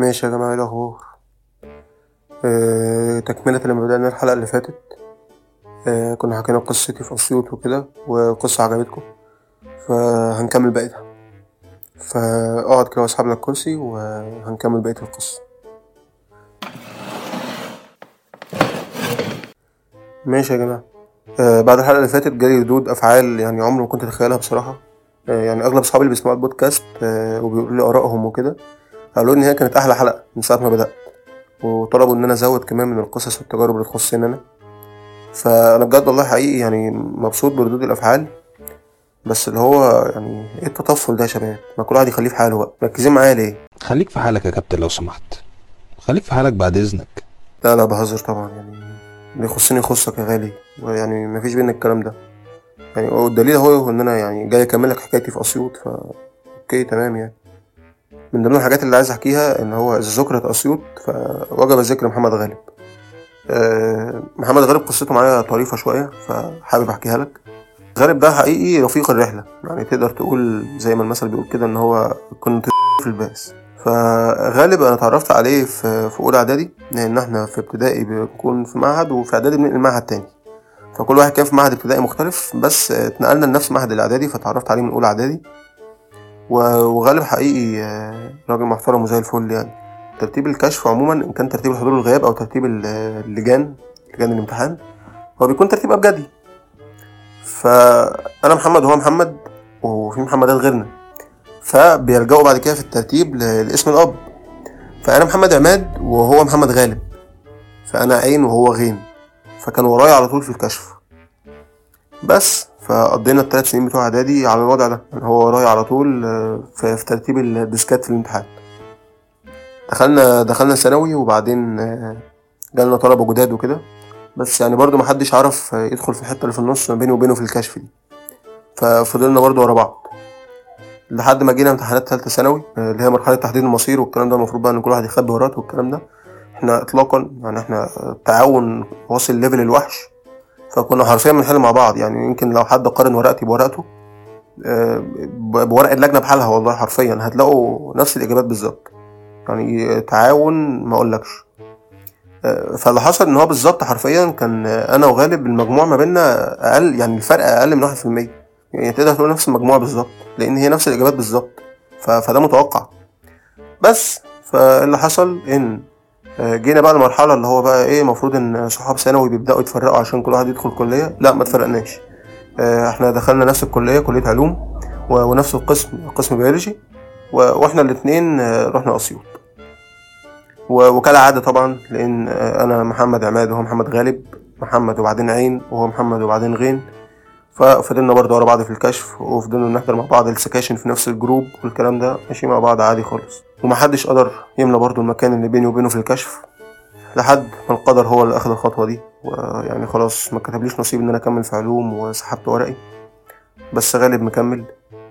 ماشي يا جماعة، ايه الأخبار؟ تكملة لما بدأنا الحلقة اللي فاتت. كنا حكينا قصتي في أسيوط وكده، وقصة عجبتكم فهنكمل بقيتها. فاقعد كده واسحب لك كرسي وهنكمل بقية القصة. ماشي يا جماعة. بعد الحلقة اللي فاتت جالي ردود أفعال يعني عمري ما كنت أتخيلها بصراحة. يعني أغلب أصحابي اللي بيسمعوا البودكاست وبيقولوا لي آرائهم وكده، قالوا إن هي كانت أحلى حلقة من ساعة ما بدأت، وطلبوا إن أنا أزود كمان من القصص والتجارب اللي تخصني أنا. فانا بجد والله حقيقي يعني مبسوط بردود الافعال. بس اللي هو يعني ايه التطفل ده يا شباب؟ ما كل واحد يخليه في حاله بقى، مركزين معايا ليه؟ خليك في حالك يا كابتن لو سمحت. خليك في حالك بعد اذنك. لا بهزر طبعا، يعني اللي يخصني يخصك يا غالي، ويعني مفيش بينا الكلام ده. يعني والدليل اهو ان انا يعني جاي اكمل لك حكايتي في اسيوط، اوكي تمام يعني. من ضمن الحاجات اللي عايز احكيها ان هو اذا ذكرت اسيوط فوجب ذكر محمد غالب. محمد غالب قصته معايا طريفة شوية، فحابب احكيها لك. غالب ده حقيقي رفيق الرحلة، يعني تقدر تقول زي ما المثل بيقول كده ان هو كنت في الباس. فغالب انا اتعرفت عليه في اولى اعدادي، لان احنا في ابتدائي بنكون في معهد وفي اعدادي بننقل معهد تاني. فكل واحد كان في معهد ابتدائي مختلف، بس اتنقلنا لنفس معهد الاعدادي، فتعرفت عليه من اولى اعدادي. وغالب حقيقي راجل محترم وزي الفل يعني. ترتيب الكشف عموما ان كان ترتيب الحضور والغياب او ترتيب لجان الامتحان، هو بيكون ترتيب ابجدي. فانا محمد وهو محمد، وفي محمدات غيرنا، فبيلجأوا بعد كده في الترتيب لاسم الاب. فانا محمد عماد وهو محمد غالب، فانا عين وهو غين، فكان ورايا على طول في الكشف. بس فقضينا ال3 سنين بتوع اعدادي على الوضع ده، يعني هو ورايا على طول في ترتيب الديسكات في الامتحان. دخلنا ثانوي، وبعدين جالنا طلبة جداد وكده، بس يعني برضو محدش عرف يدخل في الحتة اللي في النص ما بيني وبينه في الكشف دي. ففضلنا برضو ورا بعض لحد ما جينا امتحانات ثالثه ثانوي، اللي هي مرحله تحديد المصير والكلام ده. المفروض بقى ان كل واحد يخبي وراته والكلام ده. احنا اطلاقا يعني احنا تعاون واصل ليفل الوحش، فكنا حرفيا بنحل مع بعض. يعني يمكن لو حد قارن ورقتي بورقته بورق اللجنه بحالها، والله حرفيا هتلاقوا نفس الاجابات بالظبط. يعني تعاون ما اقولكش. فاللي حصل ان هو بالظبط حرفيا كان انا وغالب المجموع ما بيننا اقل، يعني الفرق اقل من 1%. يعني تقدر تقول نفس المجموع بالظبط، لان هي نفس الاجابات بالظبط. فده متوقع. بس فاللي حصل ان جينا بقى المرحله اللي هو بقى ايه، المفروض ان صحاب ثانوي بيبداوا يتفرقوا عشان كل واحد يدخل كليه. لا، ما اتفرقناش. احنا دخلنا نفس الكليه، كليه علوم، ونفس القسم، قسم بيولوجي. واحنا الاثنين رحنا اسيوط. وكالعاده طبعا، لان انا محمد عماد وهو محمد غالب، محمد وبعدين عين وهو محمد وبعدين غين. ففضلنا برضه ورا بعض في الكشف، وفضلنا نحضر مع بعض السكاشن في نفس الجروب، والكلام ده ماشي مع بعض عادي خالص. ومحدش قدر يملى برضه المكان اللي بيني وبينه في الكشف، لحد ما القدر هو اللي اخذ الخطوة دي. ويعني خلاص ما كتبليش نصيب ان انا اكمل في علوم، وسحبت ورقي. بس غالب مكمل،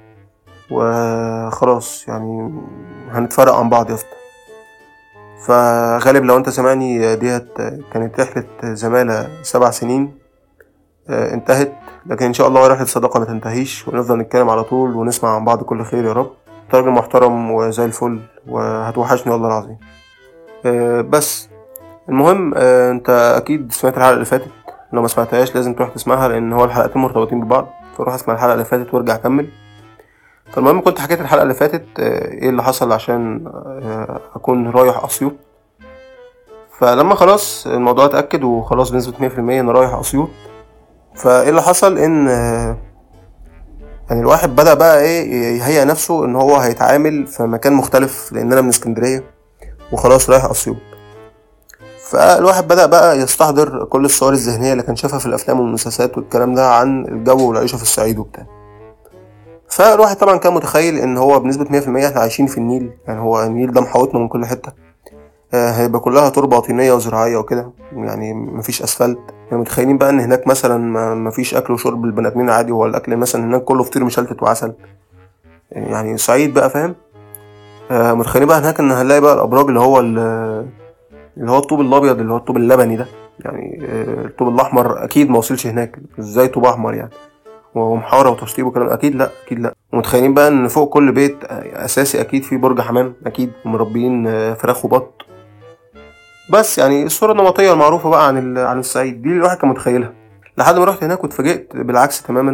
وخلاص يعني هنتفرق عن بعض يا اسطى. فغالب لو انت سامعني، ديت كانت رحلة زمالة 7 سنين انتهت، لكن ان شاء الله رحلة صداقة ما تنتهيش، ونفضل نتكلم على طول ونسمع عن بعض كل خير يا رب. انت راجل محترم وزي الفل، وهتوحشني والله العظيم. بس المهم، انت اكيد سمعت الحلقة اللي فاتت. لو ما سمعتهاش لازم تروح تسمعها، لان هو الحلقتين مرتبطين ببعض. فروح اسمع الحلقة اللي فاتت وارجع كمل. فالمهم كنت حكيت الحلقة اللي فاتت ايه اللي حصل عشان اكون رايح اسيوط. فلما خلاص الموضوع اتأكد وخلاص بنسبة 100% انا رايح اسيوط، فايه اللي حصل ان يعني الواحد بدأ بقى ايه يهيئ نفسه ان هو هيتعامل في مكان مختلف، لان انا من اسكندرية وخلاص رايح اسيوط. فالواحد بدأ بقى يستحضر كل الصور الذهنية اللي كان شافها في الافلام والمسلسلات والكلام ده عن الجو والعيشة في الصعيد وبتاع. فالواحد طبعا كان متخيل ان هو بنسبة 100% احنا عايشين في النيل، يعني هو النيل ده محاوطنا من كل حتة. هيبقى كلها تربة طينية وزراعية وكده، يعني مفيش اسفلت. يعني متخيلين بقى ان هناك مثلا مفيش اكل وشرب البني ادمين عادي، هو الاكل مثلا هناك كله فطير مشلتت وعسل، يعني صعيد بقى فاهم. متخيلين بقى هناك ان هنلاقي بقى الابراج اللي هو الطوب الابيض، اللي هو الطوب اللبني ده. يعني الطوب الاحمر اكيد ما وصلش هناك، ازاي طوب احمر يعني ومحاره وتشطيب وكلام؟ اكيد لا، اكيد لا. ومتخيلين بقى ان فوق كل بيت اساسي اكيد في برج حمام، اكيد مربيين فراخ وبط. بس يعني الصورة النمطية المعروفة بقى عن الصعيد دي اللي الواحد كان متخيلها، لحد ما رحت هناك واتفاجئت بالعكس تماما.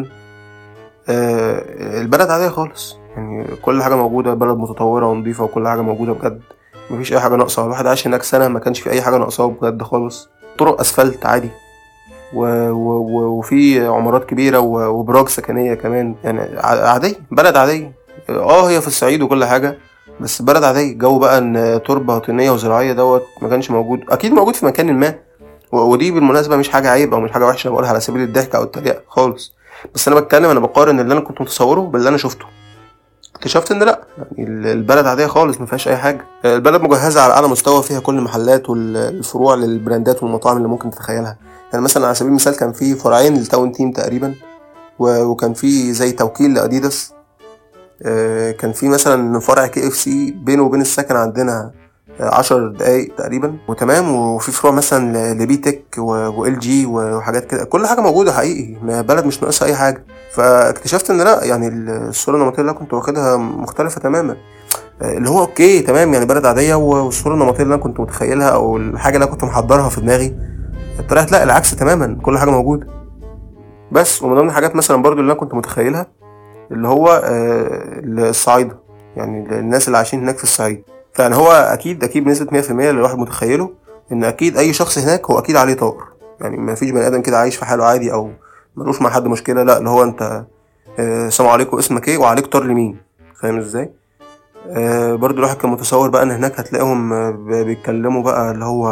البلد عادية خالص، يعني كل حاجة موجودة، بلد متطورة ونظيفة وكل حاجة موجودة بجد، مفيش أي حاجة ناقصة. الواحد عاش هناك سنة ما كانش في أي حاجة ناقصاه بجد خالص. طرق أسفلت عادي، وفي عمارات كبيرة وبراج سكنية كمان، يعني عادية، بلد عادية. هي في الصعيد وكل حاجة، بس بلد عادية. جو بقى ان تربة طينية وزراعية دوت ما كانش موجود، اكيد موجود في مكان ما. ودي بالمناسبة مش حاجة عيب او مش حاجة وحشة بقولها على سبيل الضحك او التريقة خالص، بس انا بقارن اللي انا كنت متصوره باللي انا شفته. اكتشفت ان لا، يعني البلد عادية خالص، ما فيهاش اي حاجة. البلد مجهزة على اعلى مستوى، فيها كل المحلات والفروع للبراندات والمطاعم اللي ممكن تتخيلها. يعني مثلا على سبيل المثال كان في فرعين للتاون تيم تقريبا، وكان في زي توكيل لاديداس. كان في مثلا فرع KFC بينه وبين السكن عندنا 10 دقايق تقريبا وتمام. وفي فروع مثلا لبيتك وLG وحاجات كده، كل حاجة موجودة حقيقي، بلد مش ناقصها أي حاجة. فاكتشفت إن لأ، يعني الصورة النمطية اللي أنا كنت واخدها مختلفة تماما. اللي هو أوكي تمام، يعني بلد عادية، والصورة النمطية اللي أنا كنت متخيلها أو الحاجة اللي أنا كنت محضرها في دماغي طلعت لأ، العكس تماما، كل حاجة موجودة. بس ومن ضمن الحاجات مثلا برضو اللي أنا كنت متخيلها اللي هو الصعايدة، يعني الناس اللي عايشين هناك في الصعيد. فيعني هو اكيد بنسبة 100% اللي الواحد متخيله ان اكيد اي شخص هناك هو اكيد عليه طار. يعني ما فيش بني ادم كده عايش في حاله عادي او ملوش مع حد مشكلة، لا، اللي هو انت سلام عليكم، اسمك ايه وعليك طار لمين، فاهم ازاي؟ برضو الواحد كان متصور بقى ان هناك هتلاقيهم بيتكلموا بقى اللي هو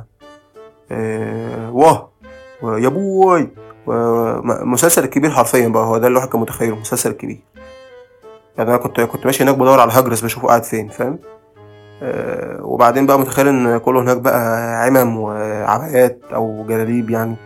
واه يا بوي، مسلسل الكبير حرفيا بقى، هو ده اللي الواحد كان متخيله، مسلسل الكبير. يعني انا كنت ماشي هناك بدور على هجرس بشوفه قاعد فين، فاهم؟ وبعدين بقى متخيل ان كله هناك بقى عمم وعبايات او جلاليب يعني.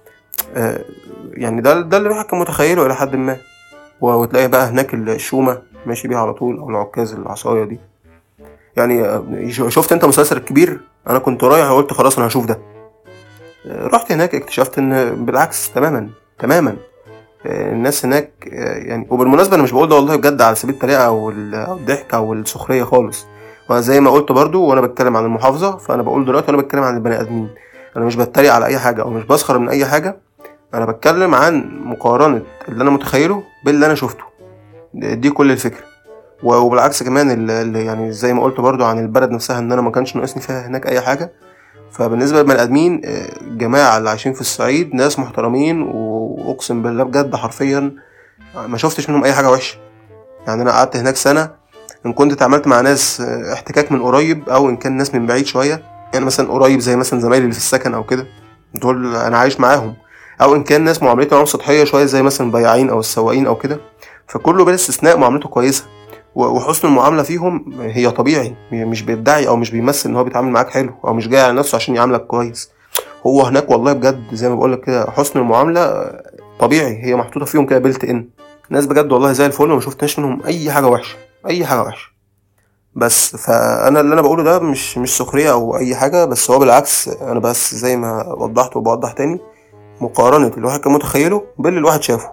يعني ده اللي الواحد كان متخيله الى حد ما. وتلاقي بقى هناك الشومة ماشي بيها على طول، او العكاز العصاية دي. يعني شفت انت مسلسل الكبير؟ انا كنت رايح وقلت خلاص انا هشوف ده. رحت هناك اكتشفت ان بالعكس تماما تماما. الناس هناك يعني، وبالمناسبة انا مش بقول ده والله بجد على سبيل التريقة او الضحك او السخرية خالص. وانا زي ما قلت برضو وانا بتكلم عن المحافظة، فانا بقول دلوقتي وانا بتكلم عن البني ادمين. انا مش بتريق على اي حاجة او مش بسخر من اي حاجة، انا بتكلم عن مقارنة اللي انا متخيله باللي انا شفته. دي كل الفكرة. وبالعكس كمان اللي يعني زي ما قلت برضو عن البلد نفسها ان انا ما كانش ناقصني فيها هناك اي حاجة. فبالنسبة للبني ادمين، الجماعة اللي عايشين في الصعيد ناس محترمين، واقسم بالله بجد حرفيا ما شفتش منهم اي حاجة وحشة. يعني انا قعدت هناك سنة، ان كنت اتعاملت مع ناس احتكاك من قريب او ان كان ناس من بعيد شوية، يعني مثلا قريب زي مثلا زمايلي اللي في السكن او كده، دول انا عايش معاهم، او ان كان ناس معاملتهم معاهم سطحية شوية زي مثلا بياعين او السواقين او كده، فكله بلا استثناء معاملته كويسة. وحسن المعاملة فيهم هي طبيعي، مش بيدعي او مش بيمثل ان هو بيتعامل معاك حلو او مش جاي على نفسه عشان يعاملك كويس. هو هناك والله بجد زي ما بقولك كده حسن المعاملة طبيعي، هي محطوطة فيهم كده بلت ان. ناس بجد والله زي الفل، وما شفتناش منهم اي حاجة وحشة، اي حاجة وحشة. بس فانا اللي انا بقوله ده مش سخرية او اي حاجة، بس هو بالعكس، انا بس زي ما وضحت وبوضح تاني، مقارنة الواحد كان متخيله باللي الواحد شافه.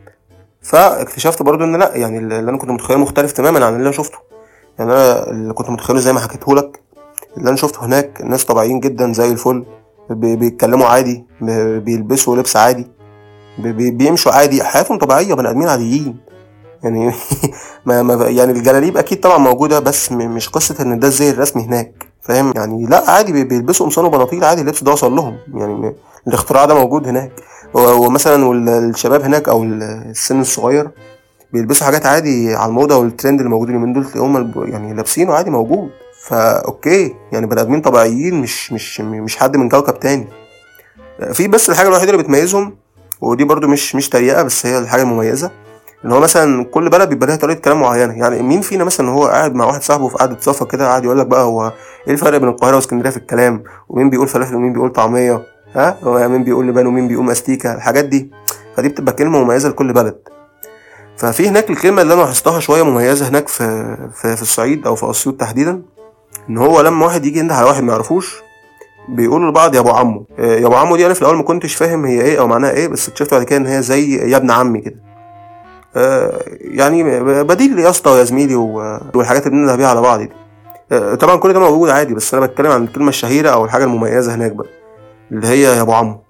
فاكتشفت برضو ان لا، يعني اللي انا كنت متخيله مختلف تماما عن اللي انا شفته. يعني انا اللي كنت متخيله زي ما حكيتهولك، اللي انا شفته هناك ناس طبيعيين جدا زي الفل، بيتكلموا عادي، بيلبسوا لبس عادي، بيمشوا عادي، حياتهم طبيعية، بني ادمين عاديين يعني. يعني الجلاليب اكيد طبعا موجودة، بس مش قصة ان ده الزي الرسمي هناك، فاهم يعني؟ لا عادي، بيلبسوا قمصان وبناطيل عادي، اللبس ده وصل لهم يعني، الاختراع ده موجود هناك. ومثلا والشباب هناك او السن الصغير بيلبسوا حاجات عادي على الموضة والترند اللي موجودين من دول، هم يعني لابسينه عادي موجود. فا اوكي، يعني بني ادمين طبيعيين، مش حد من كوكب تاني. في بس الحاجة الوحيدة اللي بتميزهم، ودي برضو مش تريقة، بس هي الحاجة المميزة، ان هو مثلا كل بلد بيبقى لها طريقه كلام معينه. يعني مين فينا مثلا هو قاعد مع واحد صاحبه في قعده صفا كده قاعد يقول لك بقى هو ايه الفرق بين القاهره واسكندريه في الكلام، ومين بيقول فلافل ومين بيقول طعميه، مين بيقول لبان ومين بيقول مستيكه، الحاجات دي. فدي بتبقى كلمه مميزه لكل بلد. ففي هناك الكلمه اللي انا لاحظتها شويه مميزه هناك في الصعيد او في اسيوط تحديدا، ان هو لما واحد يجي ينده على واحد ما يعرفوش بيقولوا لبعض يا ابو عمو. يا ابو عمو دي انا في الاول ما كنتش فاهم هي ايه او معناها ايه، بس اكتشفت بعد كده ان هي زي يا ابن عمي كده. يعني بديل يا اسطى ويا زميلي والحاجات اللي بننده بيها على بعض دي. طبعا كل ده موجود عادي، بس انا بتكلم عن الكلمه الشهيره او الحاجه المميزه هناك بقى، اللي هي يا ابو عمو.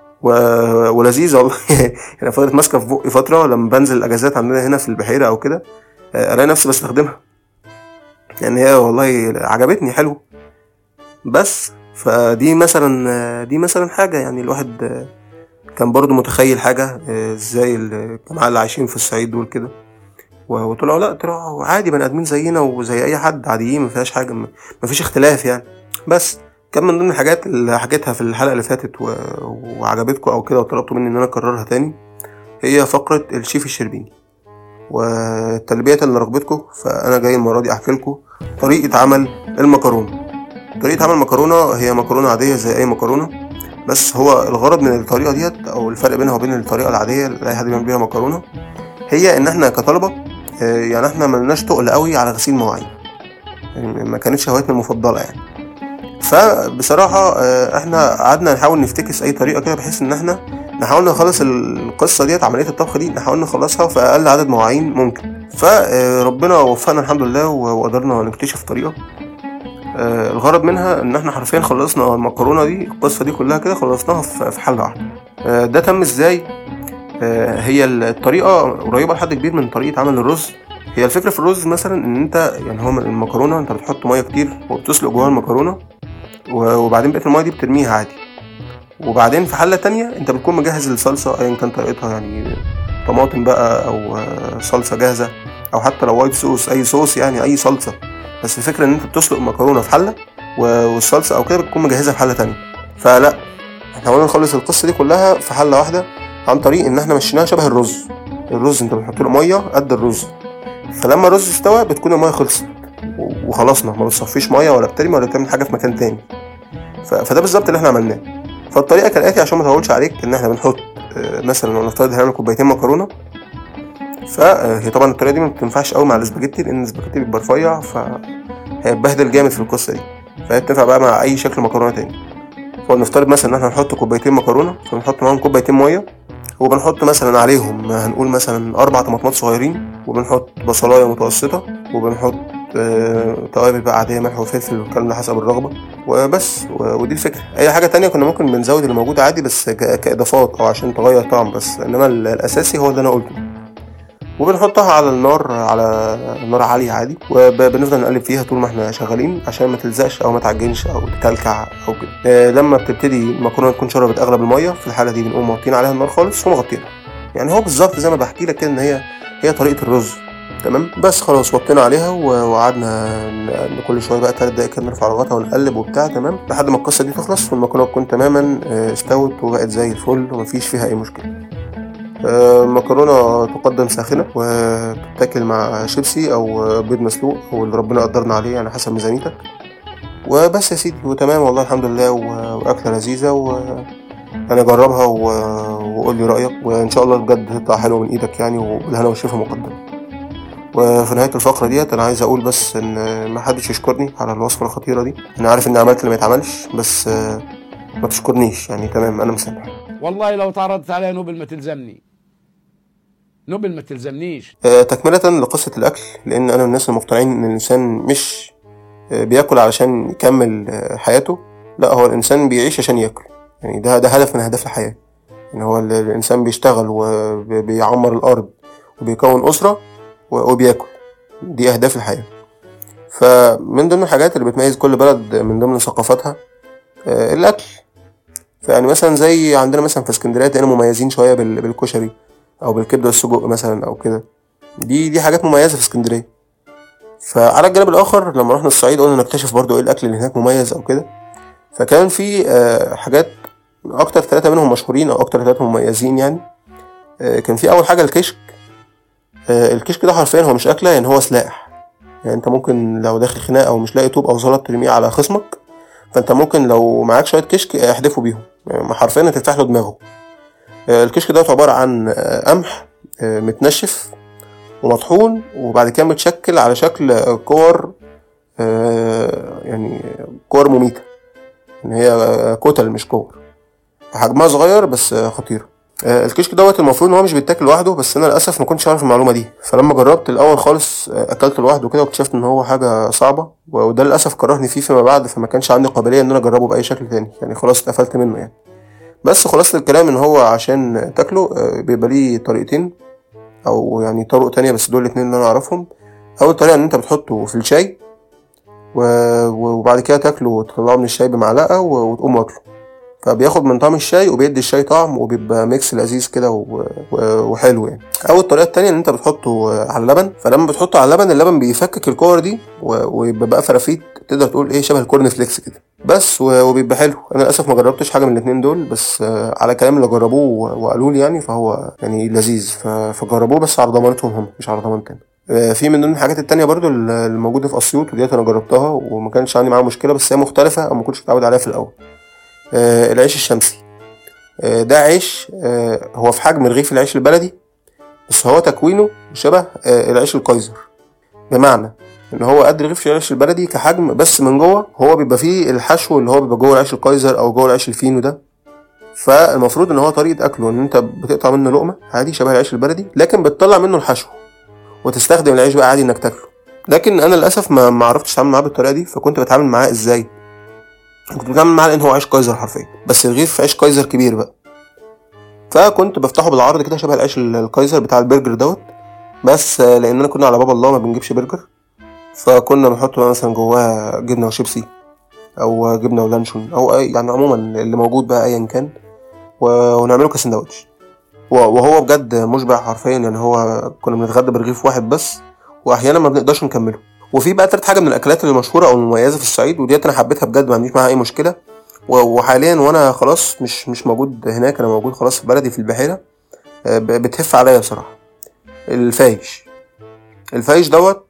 ولذيذ والله. انا فضلت ماسكه في بقي فتره لما بنزل الاجازات عندنا هنا في البحيره او كده، الاقي نفسي بستخدمها، يعني هي والله عجبتني حلو. بس فدي مثلا حاجه، يعني الواحد كان برضو متخيل حاجه ازاي الجماعه اللي عايشين في الصعيد دول كده، وطلعوا لا، طلعوا عادي بني ادمين زينا وزي اي حد عاديين، ما فيهاش حاجه، ما فيش اختلاف يعني. بس كان من ضمن الحاجات اللي حكيتها في الحلقه اللي فاتت وعجبتكم او كده وطلبتوا مني ان انا اكررها تاني، هي فقره الشيف الشربيني. وتلبيه لرغبتكم، فانا جاي المره دي احكي لكم طريقه عمل المكرونه. طريقه عمل المكرونه هي مكرونه عاديه زي اي مكرونه، بس هو الغرض من الطريقه ديت او الفرق بينها وبين الطريقه العاديه اللي اي حد بيعمل بيها مكرونه، هي ان احنا كطلبه يعني احنا ملناش تقل قوي على غسيل مواعين، يعني ما كانتش هوايتنا المفضله يعني. فبصراحه احنا قعدنا نحاول نفتكس اي طريقه كده بحيث ان احنا نحاول نخلص القصه ديت، عمليه الطبخ دي نحاول نخلصها في اقل عدد مواعين ممكن. فربنا وفقنا الحمد لله وقدرنا نكتشف طريقه الغرض منها ان احنا حرفيا خلصنا المكرونه دي، القصه دي كلها كده خلصناها في حله واحده. ده تم ازاي؟ هي الطريقه قريبه لحد كبير من طريقه عمل الرز. هي الفكره في الرز مثلا ان انت يعني هو المكرونه انت بتحط ميه كتير وبتسلق جواها المكرونه، وبعدين بقيه الميه دي بترميها عادي، وبعدين في حله تانية انت بتكون مجهز الصلصه ايا كان طريقتها، يعني طماطم بقى او صلصه جاهزه، او حتى لو وايت صوص اي صوص يعني اي صلصه. بس الفكره ان انت بتسلق المكرونه في حله والصلصه او كده بتكون مجهزها في حله تانية. فلا، احنا قلنا نخلص القصه دي كلها في حله واحده عن طريق ان احنا مشيناها شبه الرز انت بتحط له ميه قد الرز، فلما الرز استوى بتكون الميه خلصت وخلصنا، ما بتصفيش ميه ولا بترمي ولا بتعمل حاجه في مكان تاني. فده بالظبط اللي احنا عملناه. فالطريقه كالاتي عشان ما اطولش عليك، ان احنا بنحط مثلا لو نفترض هنعمل كوبايتين مكرونه، فهي طبعا الطريقه دي ما بتنفعش قوي مع الاسباجيتي لان الاسباجيتي بيبقى رفيع فهيتبهدل جامد في القصه دي، فهي بتنفع بقى مع اي شكل مكرونه تاني. فنفترض مثلا ان احنا نحط كوبايتين مكرونه، فنحط معاهم كوبايتين ميه، وبنحط مثلا عليهم هنقول مثلا 4 طماطمات صغيرين، وبنحط بصلايه متوسطه، وبنحط توابل بقى عاديه، ملح وفلفل والكلام ده حسب الرغبه وبس. ودي الفكره. اي حاجه تانية كنا ممكن بنزود اللي موجود عادي بس كاضافات او عشان تغير طعم بس، انما الاساسي هو اللي انا قلته. وبنحطها على النار، على نار عالية عادي، وبنفضل نقلب فيها طول ما احنا شغالين عشان ما تلزقش او ما تعجنش او تكلكع او كده. لما بتبتدي المكرونه تكون شربت اغلب الميه، في الحاله دي بنقوم موطين عليها النار خالص ومغطينها. يعني هو بالظبط زي ما بحكي لك كده ان هي طريقه الرز تمام. بس خلاص وطينا عليها وقعدنا كل شويه بقى 3 دقايق كده نرفع الغطا ونقلب وبتاع تمام لحد ما القصه دي تخلص والمكرونه تكون تماما استوت وبقت زي الفل ومفيش فيها اي مشكله. المكرونة تقدم ساخنة وتتاكل مع شيبسي أو بيض مسلوق أو اللي ربنا قدرنا عليه يعني حسب ميزانيتك. وبس يا سيدي وتمام والله الحمد لله، وأكلة لذيذة أنا جربها وقول لي رأيك، وإن شاء الله بجد تطلع حلوة من إيدك يعني، وبالهنا والشفا مقدم. وفي نهاية الفقرة ديت أنا عايز أقول بس إن محدش يشكرني على الوصفة الخطيرة دي. أنا عارف إني عملت اللي ما يتعملش، بس ما تشكرنيش يعني تمام، أنا مسامح. والله لو تعرضت عليها نوبل ما تلزمني، نوبل ما تلزمنيش. تكملة لقصة الأكل، لأن أنا من الناس المقتنعين إن الإنسان مش بياكل علشان يكمل حياته، لا هو الإنسان بيعيش عشان ياكل، يعني ده هدف من أهداف الحياة. يعني هو الإنسان بيشتغل وبيعمر الأرض وبيكون أسرة وبياكل، دي أهداف الحياة. فمن ضمن الحاجات اللي بتميز كل بلد من ضمن ثقافتها الأكل. فيعني مثلا زي عندنا مثلا في اسكندرية تلاقينا مميزين شوية بالكشري أو بالكبدة والسجق مثلا أو كده، دي حاجات مميزة في اسكندرية. فعلى الجانب الآخر لما رحنا الصعيد قلنا نكتشف برضو إيه الأكل اللي هناك مميز أو كده، فكان في حاجات أكتر 3 منهم مشهورين أو أكتر 3 مميزين يعني. كان في أول حاجة الكشك. الكشك ده حرفيا هو مش أكلة، يعني هو سلاح. يعني أنت ممكن لو داخل خناقة أو مش لاقي طوب أو زلط ترميه على خصمك، فأنت ممكن لو معاك شوية كشك احدفه بيهم، يعني حرفيا هتفتح له دماغه. الكشك ده عبارة عن قمح متنشف ومطحون وبعد كده متشكل على شكل كور، يعني كور مميتة، ان هي كتل مش كور، حجمها صغير بس خطيرة. الكشك دوت المفروض ان هو مش بيتاكل لوحده، بس انا للاسف ما كنتش عارف المعلومه دي. فلما جربت الاول خالص اكلته لوحده كده، واكتشفت ان هو حاجه صعبه، وده للاسف كرهني فيه فيما بعد. فما كانش عندي قابليه ان انا اجربه باي شكل تاني يعني، خلاص اتقفلت منه يعني. بس خلاص الكلام ان هو عشان تاكله بيبقى ليه طريقتين، او يعني طرق تانية، بس دول الاتنين اللي انا اعرفهم. اول طريقه ان انت بتحطه في الشاي وبعد كده تاكله وتطلعه من الشاي بمعلقه وتقوم واكله، فبياخد من طعم الشاي وبيدي الشاي طعم، وبيبقى ميكس لذيذ كده وحلو يعني. او الطريقه التانية ان انت بتحطه على اللبن، فلما بتحطه على اللبن بيفكك الكور دي ويبقى بقى فرافيت، تقدر تقول ايه شبه الكورن فليكس كده بس، وبيبقى حلو. انا للاسف ما جربتش حاجه من الاتنين دول، بس على كلام اللي جربوه وقالوا لي يعني، فهو يعني لذيذ، فجربوه بس على ضمانتهم هم مش على ضمانتي انا. في من ضمن الحاجات التانية برضو الموجودة في أسيوط، وديت أنا جربتها وما كانش عندي معاها مشكلة، بس هي مختلفة أو ما كنتش متعود عليها في الأول. العيش الشمسي. ده عيش هو في حجم رغيف العيش البلدي، بس هو تكوينه شبه العيش الكايزر، بمعنى ان هو قد رغيف العيش البلدي كحجم، بس من جوه هو بيبقى فيه الحشو اللي هو بيبقى جوه العيش الكايزر او جوه العيش الفينو ده. فالمفروض ان هو طريقه اكله ان انت بتقطع منه لقمه عادي شبه العيش البلدي، لكن بتطلع منه الحشو وتستخدم العيش بقى عادي انك تاكله. لكن انا للاسف ما عرفتش اتعامل معاه بالطريقه دي. فكنت بتعامل معاه ازاي؟ كنت بتعامل معاه لان هو عيش كايزر حرفيا، بس رغيف عيش كايزر كبير بقى. فكنت بفتحه بالعرض كده شبه العيش الكايزر بتاع البرجر دوت، بس لاننا كنا على باب الله ما بنجيبش برجر، فكنا بنحط مثلا جواه جبنه وشيبسي او جبنه ولانشون او اي يعني عموما اللي موجود بقى ايا كان، ونعمله كسندوتش. وهو بجد مشبع حرفيا يعني. هو كنا بنتغدى برغيف واحد بس، واحيانا ما بنقدرش نكمله. وفي بقى تالت حاجه من الاكلات المشهوره او المميزه في الصعيد، وديت انا حبيتها بجد ما عنديش معاها اي مشكله، وحاليا وانا خلاص مش موجود هناك، انا موجود خلاص في بلدي في البحيره. بتهف عليا بصراحه. الفايش. الفايش دوت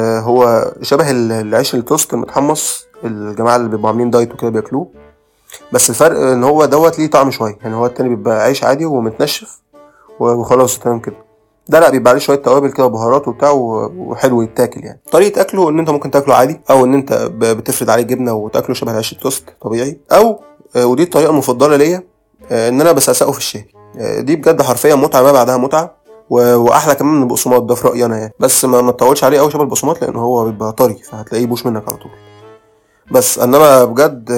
هو شبه العيش التوست المتحمص، الجماعه اللي بيبقوا عاملين دايت وكده بياكلوه، بس الفرق ان هو دوت ليه طعم شويه يعني. هو التاني بيبقى عيش عادي ومتنشف وخلاص تمام كده، ده لا بيبقى عليه شويه توابل كده وبهارات وبتاع وحلو يتاكل يعني. طريقه اكله ان انت ممكن تاكله عادي، او ان انت بتفرد عليه جبنه وتاكله شبه العيش التوست طبيعي، او ودي الطريقه المفضله ليا ان انا بسقسقه في الشاي. دي بجد حرفيا متعه ما بعدها متعه، واحلى كمان من البقسماط ده في رايي انا يعني. بس ما تطولش عليه قوي شبه البقسماط لان هو بيبقى طري، فهتلاقيه يبوش منك على طول. بس انما بجد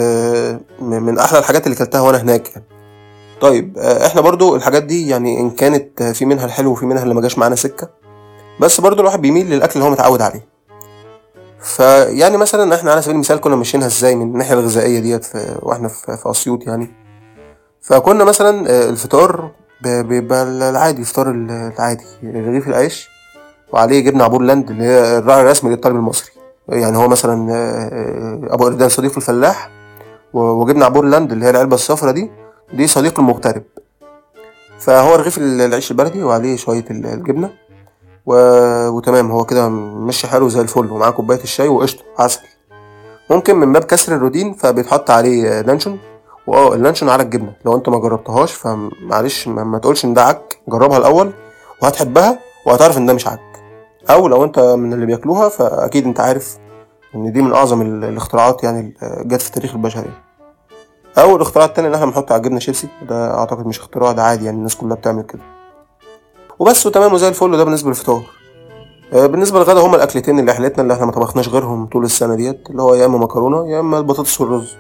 من احلى الحاجات اللي كلتها وانا هناك يعني. طيب احنا برضو الحاجات دي يعني ان كانت في منها الحلو وفي منها اللي ما جاش معانا سكه، بس برضو الواحد بيميل للاكل اللي هو متعود عليه. فيعني مثلا احنا على سبيل المثال كنا ماشيينها ازاي من الناحيه الغذائيه ديت واحنا في اسيوط يعني. فكنا مثلا الفطار بيبقى العادي، الفطار العادي رغيف العيش وعليه جبنه عبور لاند اللي هي الراعي الرسمي للطالب المصري يعني. هو مثلا ابو اردان صديق الفلاح، وجبنه عبور لاند اللي هي العلبه الصفرا دي صديق المغترب. فهو رغيف العيش البلدي وعليه شويه الجبنه وتمام، هو كده ماشي حلو زي الفل، ومعاه كوبايه الشاي وقشطه عسل. ممكن من باب كسر الروتين فبيتحط عليه لانشون، اللانشون على الجبنه. لو انت ما جربتهاش فمعلش ما تقولش ان ده عك، جربها الاول وهتحبها وهتعرف ان ده مش عك. او لو انت من اللي بياكلوها فاكيد انت عارف ان دي من اعظم الاختراعات يعني اللي جت في تاريخ البشريه. او الاختراع التاني ان احنا بنحط على الجبنه شيبسي، ده اعتقد مش اختراع، ده عادي يعني الناس كلها بتعمل كده وبس وتمام وزي الفل. ده بالنسبه للفطار. بالنسبه للغدا هما الاكلتين اللي احلتنا اللي احنا ما طبخناش غيرهم طول السنه ديت، اللي هو يا اما مكرونه يا اما البطاطس والرز.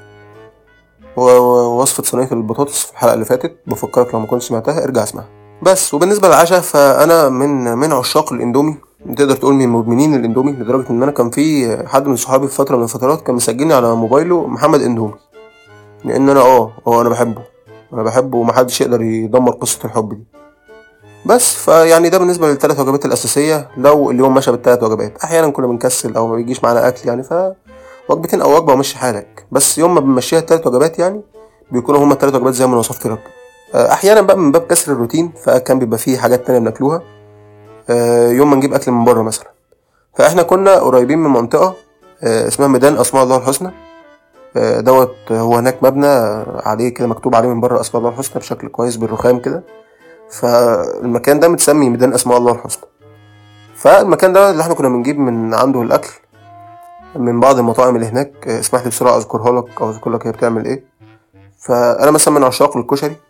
ووصفه صينيه البطاطس في الحلقه اللي فاتت بفكرك لو ما كنتش سمعتها ارجع اسمعها. بس وبالنسبه للعشاء فانا من عشاق الاندومي، تقدر تقول من مدمنين الاندومي، لدرجه ان انا كان في حد من صحابي في فتره من الفترات كان مسجلني على موبايله محمد اندومي، لان انا انا بحبه ومحدش يقدر يدمر قصه الحب دي. بس فيعني ده بالنسبه للثلاث وجبات الاساسيه. لو اليوم ماشي بالثلاث وجبات، احيانا كنا بنكسل او ما بيجيش معانا اكل يعني، وجبتين او وجبه ومشي حالك. بس يوم ما بنمشيها الثلاث وجبات يعني بيكونوا هما الثلاث وجبات زي ما وصفت لك. احيانا بقى من باب كسر الروتين فكان بيبقى فيه حاجات تانية بناكلوها. يوم ما نجيب اكل من بره مثلا، فاحنا كنا قريبين من منطقه اسمها ميدان اسماء الله الحسنى. دوت هو هناك مبنى عليه كده مكتوب عليه من بره اسماء الله الحسنى بشكل كويس بالرخام كده، فالمكان ده متسمي ميدان اسماء الله الحسنى. فالمكان ده اللي احنا كنا بنجيب من عنده الاكل من بعض المطاعم اللي هناك. اسمح لي بسرعه اذكرها لك او اذكر لك هي بتعمل ايه. فانا مثلا من عشاق الكشري،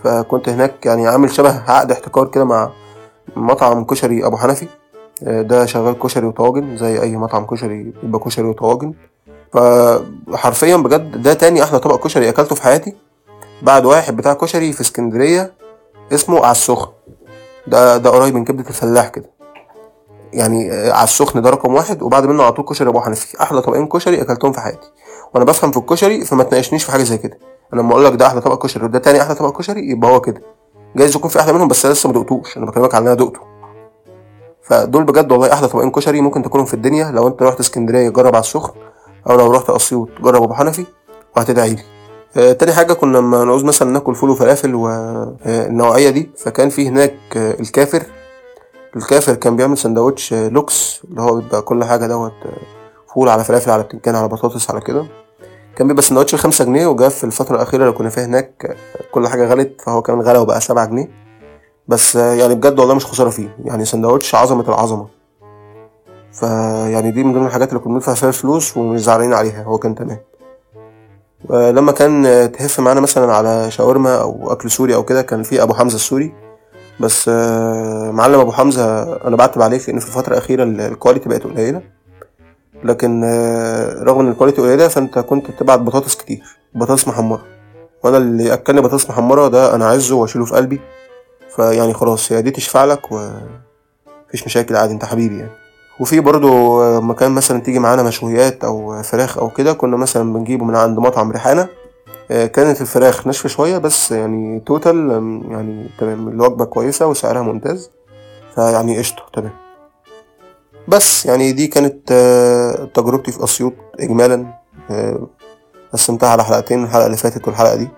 فكنت هناك يعني عامل شبه عقد احتكار كده مع مطعم كشري ابو حنفي. ده شغال كشري وطواجن زي اي مطعم كشري يبقى كشري وطواجن. فحرفيا بجد ده تاني احلى طبق كشري اكلته في حياتي، بعد واحد بتاع كشري في اسكندريه اسمه على السخن. ده قريب من كبده الفلاح كده يعني. على السخن ده رقم واحد، وبعد منه على طول كشري ابو حنفي. احلى طبقين كشري اكلتهم في حياتي، وانا بفهم في الكشري فما تناقشنيش في حاجه زي كده. انا لما اقول لك ده احلى طبق كشري وده تاني احلى طبق كشري يبقى هو كده. جايز يكون في احلى منهم بس انا لسه ما دقتوش، انا بكلمك على ان انا دقته. فدول بجد والله احلى طبقين كشري ممكن تاكلهم في الدنيا. لو انت رحت اسكندريه جرب على السخن، او لو رحت اسيوط جرب ابو حنفي وهتدعي لي. تاني حاجه كنا لما نعوز مثلا ناكل فول وفلافل والنوعيه دي، فكان في هناك الكافر كان بيعمل سندوتش لوكس، اللي هو بيبقى كل حاجه دوت فول على فلافل على بتنجان على بطاطس على كده. كان بيبقى سندوتش ب5 جنيه، وجاء في الفتره الاخيره اللي كنا فيها هناك كل حاجه غلت، فهو كمان غلى وبقى 7 جنيه. بس يعني بجد والله مش خساره فيه، يعني سندوتش عظمه العظمه. فيعني دي من ضمن الحاجات اللي كنا بندفع فيها الفلوس ومش زعلانين عليها، هو كان تمام. ولما كان تهف معانا مثلا على شاورما او اكل سوري او كده، كان في ابو حمزه السوري. بس معلم ابو حمزه انا بعتب عليه لان في الفتره الاخيره الكواليتي بقت قليله. لكن رغم ان الكواليتي قليله فانت كنت بتبعت بطاطس كتير، بطاطس محمره، وانا اللي اكلني بطاطس محمره ده انا عايزه واشيله في قلبي. فيعني خلاص هي دي تشفع لك ومفيش مشاكل، عادي انت حبيبي يعني. وفي برضو مكان مثلا تيجي معانا مشويات او فراخ او كده، كنا مثلا بنجيبه من عند مطعم ريحانه. كانت الفراخ ناشفه شويه بس يعني توتال يعني تمام، الوجبه كويسه وسعرها ممتاز، فيعني قشطه تمام. بس يعني دي كانت تجربتي في اسيوط اجمالا. قسمتها على حلقتين، الحلقه اللي فاتت والحلقه دي.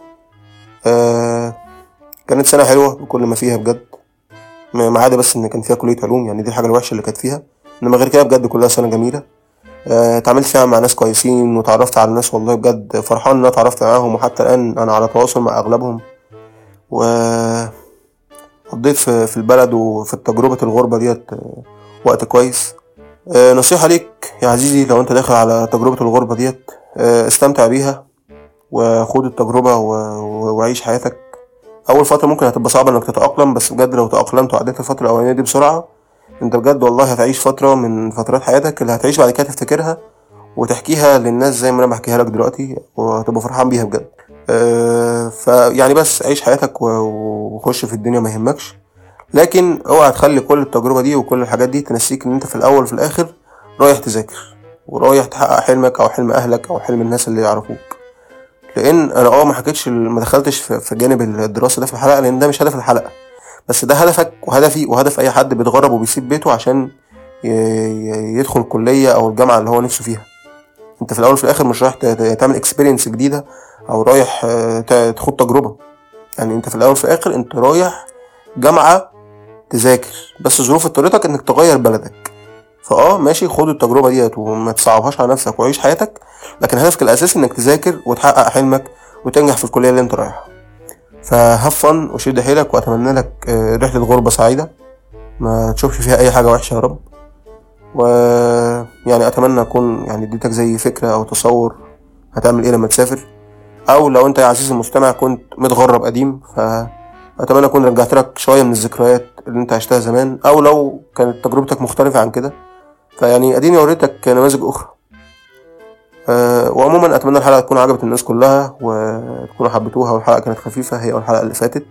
كانت سنه حلوه بكل ما فيها بجد، ما عدا بس ان كان فيها كليه علوم، يعني دي الحاجه الوحشه اللي كانت فيها. انما غير كده بجد كلها سنه جميله. اتعاملت فيها مع ناس كويسين وتعرفت على ناس، والله بجد فرحان ان انا اتعرفت معاهم، وحتى الان انا على تواصل مع اغلبهم. وقضيت في البلد وفي تجربه الغربه ديت وقت كويس. نصيحه ليك يا عزيزي، لو انت داخل على تجربه الغربه ديت استمتع بيها وخد التجربه وعيش حياتك. اول فتره ممكن هتبقى صعبه انك تتاقلم، بس بجد لو تاقلمت وعديت الفتره الاولانيه دي بسرعه، انت بجد والله هتعيش فتره من فترات حياتك اللي هتعيش بعد كده تفتكرها وتحكيها للناس زي ما انا بحكيها لك دلوقتي، وهتبقى فرحان بيها بجد. فيعني بس عيش حياتك وخش في الدنيا ما يهمكش. لكن اوعى تخلي كل التجربه دي وكل الحاجات دي تنسيك ان انت في الاول وفي الاخر رايح تذاكر ورايح تحقق حلمك او حلم اهلك او حلم الناس اللي يعرفوك. لان انا ما دخلتش في جانب الدراسه ده في الحلقه، لان ده مش هدف الحلقه، بس ده هدفك وهدفي وهدف اي حد بيتغرب وبيسيب بيته عشان يدخل الكليه او الجامعه اللي هو نفسه فيها. انت في الاول وفي الاخر مش رايح تعمل اكسبيرينس جديده او رايح تاخد تجربه. يعني انت في الاول وفي الاخر انت رايح جامعه تذاكر، بس ظروف اضطرتك انك تغير بلدك. ماشي، خد التجربه ديت وما تصعبهاش على نفسك وعيش حياتك، لكن هدفك الاساسي انك تذاكر وتحقق حلمك وتنجح في الكليه اللي انت رايحها. فهفن وشد حيلك، واتمنى لك رحله غربه سعيده ما تشوفش فيها اي حاجه وحشه يا رب. ويعني اتمنى اكون يعني اديتك زي فكره او تصور هتعمل ايه لما تسافر، او لو انت يا عزيزي المستمع كنت متغرب قديم فاتمنى اكون رجعت لك شويه من الذكريات اللي انت عشتها زمان، او لو كانت تجربتك مختلفه عن كده فيعني اديني وريتك نماذج اخرى. وعموما اتمنى الحلقه تكون عجبت الناس كلها وتكونوا حبيتوها، والحلقه كانت خفيفه هي الحلقه اللي فاتت.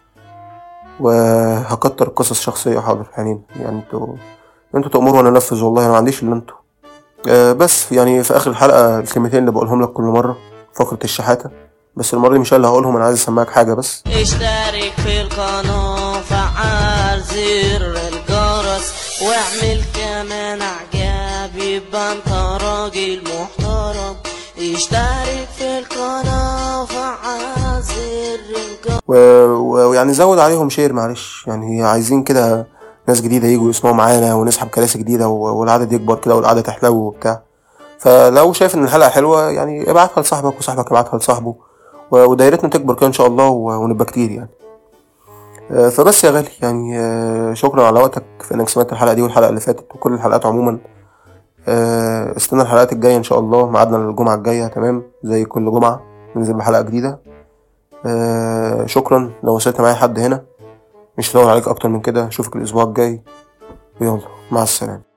وهكتر قصص شخصيه حاضر، يعني انتوا تأمروا وانا انفذ، والله انا ما عنديش الا انتوا. بس يعني في اخر الحلقه الكلمتين اللي بقولهم لك كل مره، فقره الشحاته، بس المره دي مش اللي هقولهم، انا عايز اسمعك حاجه بس. اشترك في القناه وفعل زر الجرس واعمل كمان اعجاب يبقى انت راجل محترم. اشترك في القناه وفعل زر الجرس ويعني زود عليهم شير، معلش يعني عايزين كده ناس جديده يجوا يسمعوا معانا ونسحب كراسي جديده والعدد يكبر كده والقعده تحلو وبتاع. فلو شايف ان الحلقه حلوه يعني ابعتها لصاحبك وصاحبك ابعتها لصاحبه، ودايرتنا تكبر كده ان شاء الله ونبقى كتير يعني. فبس يا غالي يعني شكرا على وقتك في انك سمعت الحلقه دي والحلقه اللي فاتت وكل الحلقات عموما. استنى الحلقات الجايه ان شاء الله، ميعادنا الجمعه الجايه تمام، زي كل جمعه ننزل بحلقه جديده. شكرا لو وصلت معايا حد هنا، مش هطول عليك اكتر من كده. اشوفك الاسبوع الجاي، ويلا مع السلامة.